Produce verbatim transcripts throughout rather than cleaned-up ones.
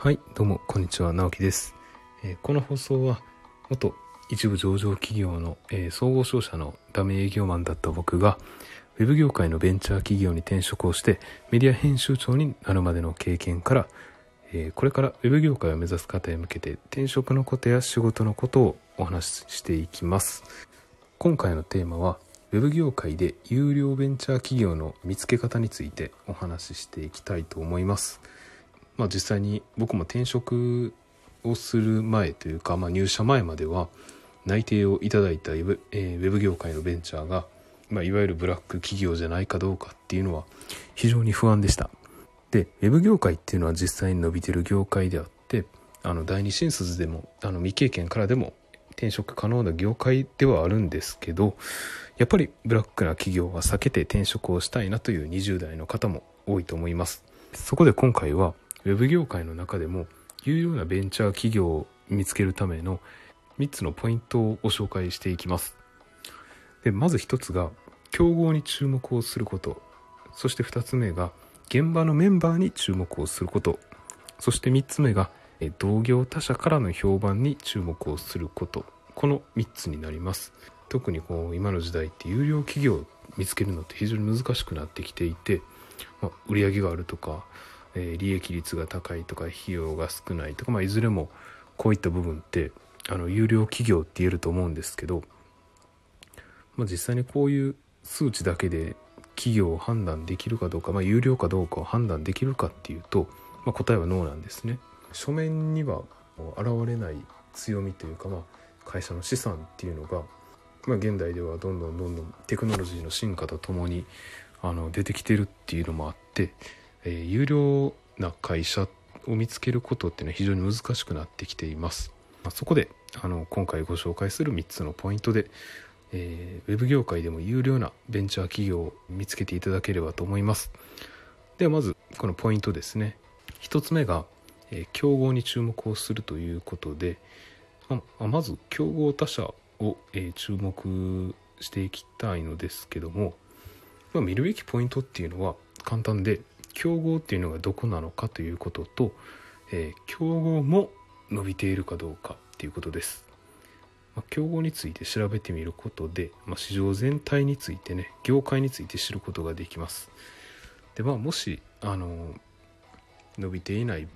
はい、どうもこんにちは、直樹です。えーこの放送は元一部上場企業の、えー総合商社のダメ営業マンだった僕がウェブ業界のベンチャー企業に転職をしてメディア編集長になるまでの経験から、えーこれからウェブ業界を目指す方へ向けて転職のことや仕事のことをお話ししていきます。今回のテーマはウェブ業界で有料ベンチャー企業の見つけ方についてお話ししていきたいと思います。まあ、実際に僕も転職をする前というか、まあ、入社前までは内定をいただいたウェブ、えーウェブ業界のベンチャーが、まあ、いわゆるブラック企業じゃないかどうかっていうのは非常に不安でした。で、ウェブ業界っていうのは実際に伸びてる業界であって、あの第二新卒でもあの未経験からでも転職可能な業界ではあるんですけど、やっぱりブラックな企業は避けて転職をしたいなというにじゅう代の方も多いと思います。そこで今回はウェブ業界の中でも有料なベンチャー企業を見つけるためのみっつのポイントをご紹介していきます。で、まずひとつが競合に注目をすること、そしてふたつめが現場のメンバーに注目をすること、そしてみっつめがえ同業他社からの評判に注目をすること、このみっつになります。特にこう今の時代って有料企業を見つけるのって非常に難しくなってきていて、まあ、売上があるとかえー利益率が高いとか費用が少ないとか、まあ、いずれもこういった部分ってあの有料企業って言えると思うんですけど、まあ、実際にこういう数値だけで企業を判断できるかどうか、まあ、有料かどうかを判断できるかっていうと、まあ、答えはノーなんですね。書面には現れない強みというか、まあ、会社の資産っていうのが、まあ、現代ではどんどんどんどんテクノロジーの進化とともにあの出てきてるっていうのもあって、えー有料な会社を見つけることっていうのは非常に難しくなってきています。まあ、そこであの今回ご紹介するみっつのポイントで、えーウェブ業界でも有料なベンチャー企業を見つけていただければと思います。ではまずこのポイントですね。ひとつめが、えー競合に注目をするということで、まあまず競合他社を、えー注目していきたいのですけども、まあ、見るべきポイントっていうのは簡単で、競合っていうのがどこなのかということと、えー競合も伸びているかどうかっていうことです。まあ、競合について調べてみることで、まあ、市場全体についてね、業界について知ることができます。で、まあ、もしあの伸びていない、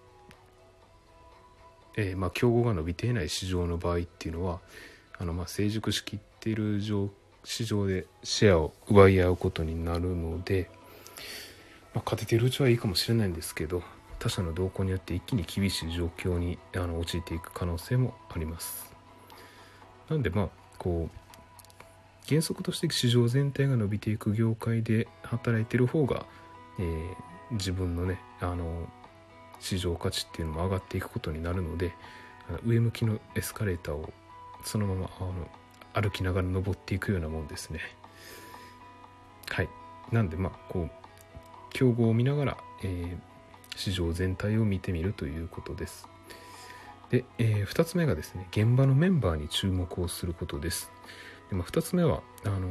えーまあ、競合が伸びていない市場の場合っていうのは、あのまあ成熟しきっている市場でシェアを奪い合うことになるので、まあ、勝てているうちはいいかもしれないんですけど、他社の動向によって一気に厳しい状況にあの陥っていく可能性もあります。なんでまあこう原則として市場全体が伸びていく業界で働いている方が、えー自分のねあの市場価値っていうのも上がっていくことになるので、上向きのエスカレーターをそのままあの歩きながら登っていくようなもんですね。はい。なんでまあこう競合を見ながら、えー市場全体を見てみるということです。で、えー、ふたつめがですね、現場のメンバーに注目をすることです。で、まあ、ふたつめはあの、はい、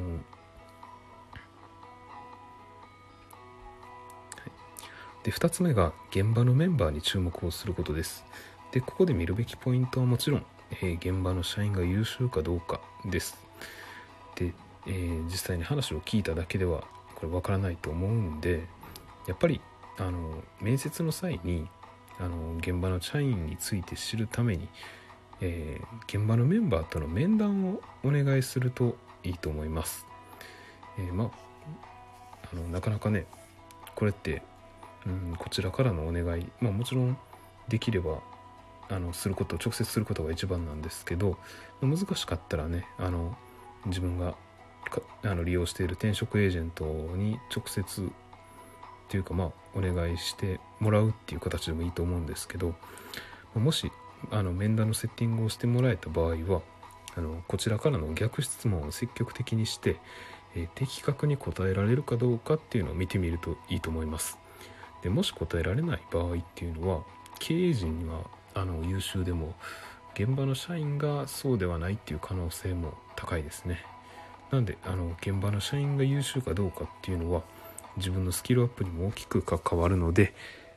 でふたつめが現場のメンバーに注目をすることです。で、ここで見るべきポイントはもちろん、えー現場の社員が優秀かどうかです。で、えー実際に話を聞いただけではこれわからないと思うんで、やっぱりあの面接の際にあの現場の社員について知るために、えー現場のメンバーとの面談をお願いするといいと思います。えーまあ、あのなかなかねこれって、うん、こちらからのお願い、まあ、もちろんできればあのすること直接することが一番なんですけど、難しかったらねあの自分がかあの利用している転職エージェントに直接っていうかまあお願いしてもらうっていう形でもいいと思うんですけど、もしあの面談のセッティングをしてもらえた場合はあのこちらからの逆質問を積極的にして、えー的確に答えられるかどうかっていうのを見てみるといいと思います。で、もし答えられない場合っていうのは経営陣はあの優秀でも現場の社員がそうではないっていう可能性も高いですね。なんであの現場の社員が優秀かどうかっていうのは自分のスキルアップにも大きく関わるので、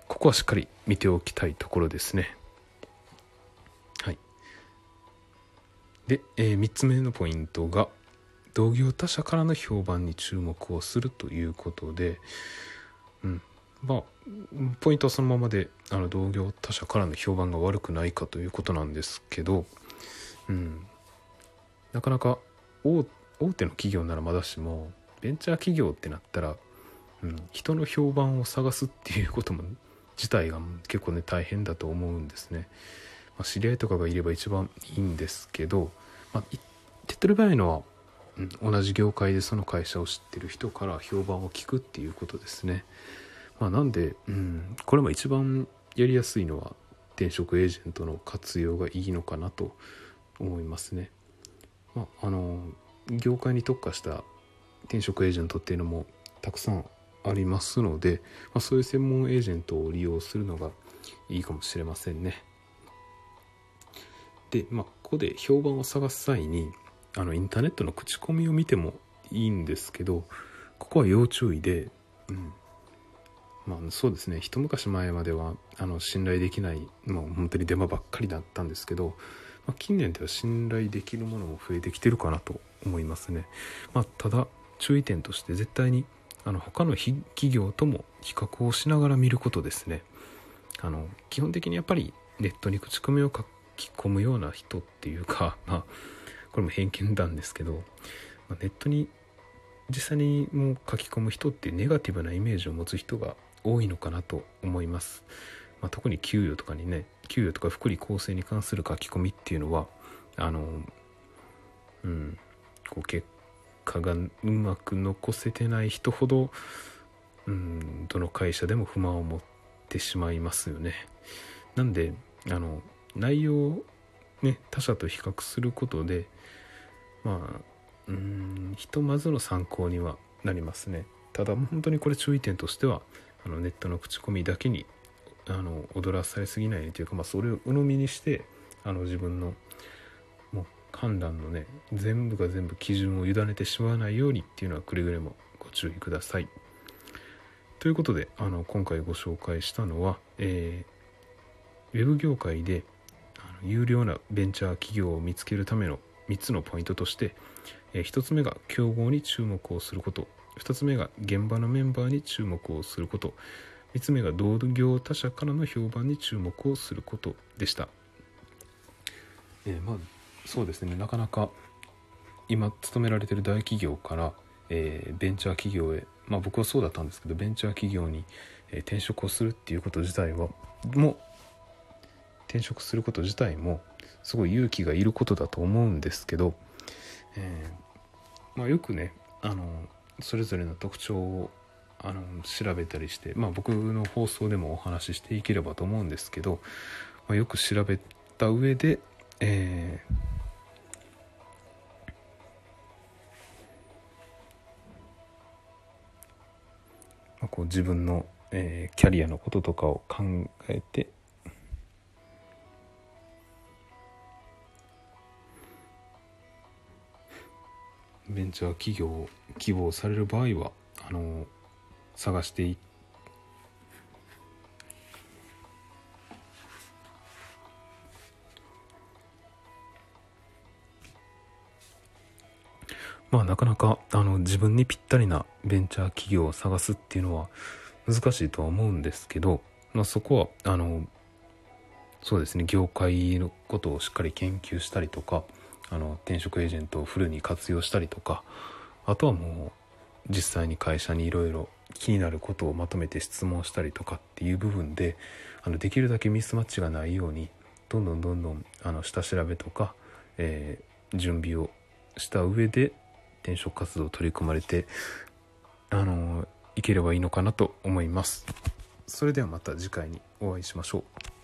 ここはしっかり見ておきたいところですね。はい。で、えー、みっつめのポイントが同業他社からの評判に注目をするということで、うん、まあポイントはそのままで、あの同業他社からの評判が悪くないかということなんですけど、うん、なかなか 大, 大手の企業ならまだしもベンチャー企業ってなったら、うん、人の評判を探すっていうことも自体が結構ね大変だと思うんですね。まあ、知り合いとかがいれば一番いいんですけど、まあ、手っ取り早いのは、うん、同じ業界でその会社を知ってる人から評判を聞くっていうことですね。まあ、なんで、うん、これも一番やりやすいのは転職エージェントの活用がいいのかなと思いますね。まあ、あの業界に特化した転職エージェントっていうのもたくさんありますので、まあ、そういう専門エージェントを利用するのがいいかもしれませんね。で、まあ、ここで評判を探す際にあのインターネットの口コミを見てもいいんですけど、ここは要注意で、うんまあ、そうですね、一昔前まではあの信頼できない、もう本当にデマばっかりだったんですけど、まあ、近年では信頼できるものも増えてきてるかなと思いますね。まあ、ただ注意点として絶対にあの他の企業とも比較をしながら見ることですね。あの基本的にやっぱりネットに口コミを書き込むような人っていうか、まあ、これも偏見なんですけど、まあ、ネットに実際にもう書き込む人ってネガティブなイメージを持つ人が多いのかなと思います。まあ、特に給与とかにね、給与とか福利厚生に関する書き込みっていうのはあのうんこう結果がうまく残せてない人ほど、うんどの会社でも不満を持ってしまいますよね。なんであの内容をね他社と比較することで、まあうんひとまずの参考にはなりますね。ただ本当にこれ注意点としては、あのネットの口コミだけにあの踊らされすぎないというか、まあ、それを鵜呑みにしてあの自分のもう判断のね全部が全部基準を委ねてしまわないようにっていうのはくれぐれもご注意ください。ということであの今回ご紹介したのは、えー、ウェブ業界であの有料なベンチャー企業を見つけるためのみっつのポイントとして、えー、ひとつめが競合に注目をすること、ふたつめが現場のメンバーに注目をすること、みっつめが同業他社からの評判に注目をすることでした。えー、まあそうですね、なかなか今勤められている大企業から、えー、ベンチャー企業へ、まあ僕はそうだったんですけど、ベンチャー企業に、えー、転職をするっていうこと自体はもう転職すること自体もすごい勇気がいることだと思うんですけど、えーまあ、よくねあのそれぞれの特徴をあの調べたりして、まあ、僕の放送でもお話ししていければと思うんですけど、まあ、よく調べた上で、えーまあ、こう自分の、えー、キャリアのこととかを考えてベンチャー企業を希望される場合はあの探していまあなかなかあの自分にぴったりなベンチャー企業を探すっていうのは難しいとは思うんですけど、まあ、そこはあのそうですね、業界のことをしっかり研究したりとか、あの転職エージェントをフルに活用したりとか、あとはもう実際に会社にいろいろ気になることをまとめて質問したりとかっていう部分で、あのできるだけミスマッチがないようにどんどんどんどんあの下調べとか、えー、準備をした上で転職活動を取り組まれてあのいければいいのかなと思います。それではまた次回にお会いしましょう。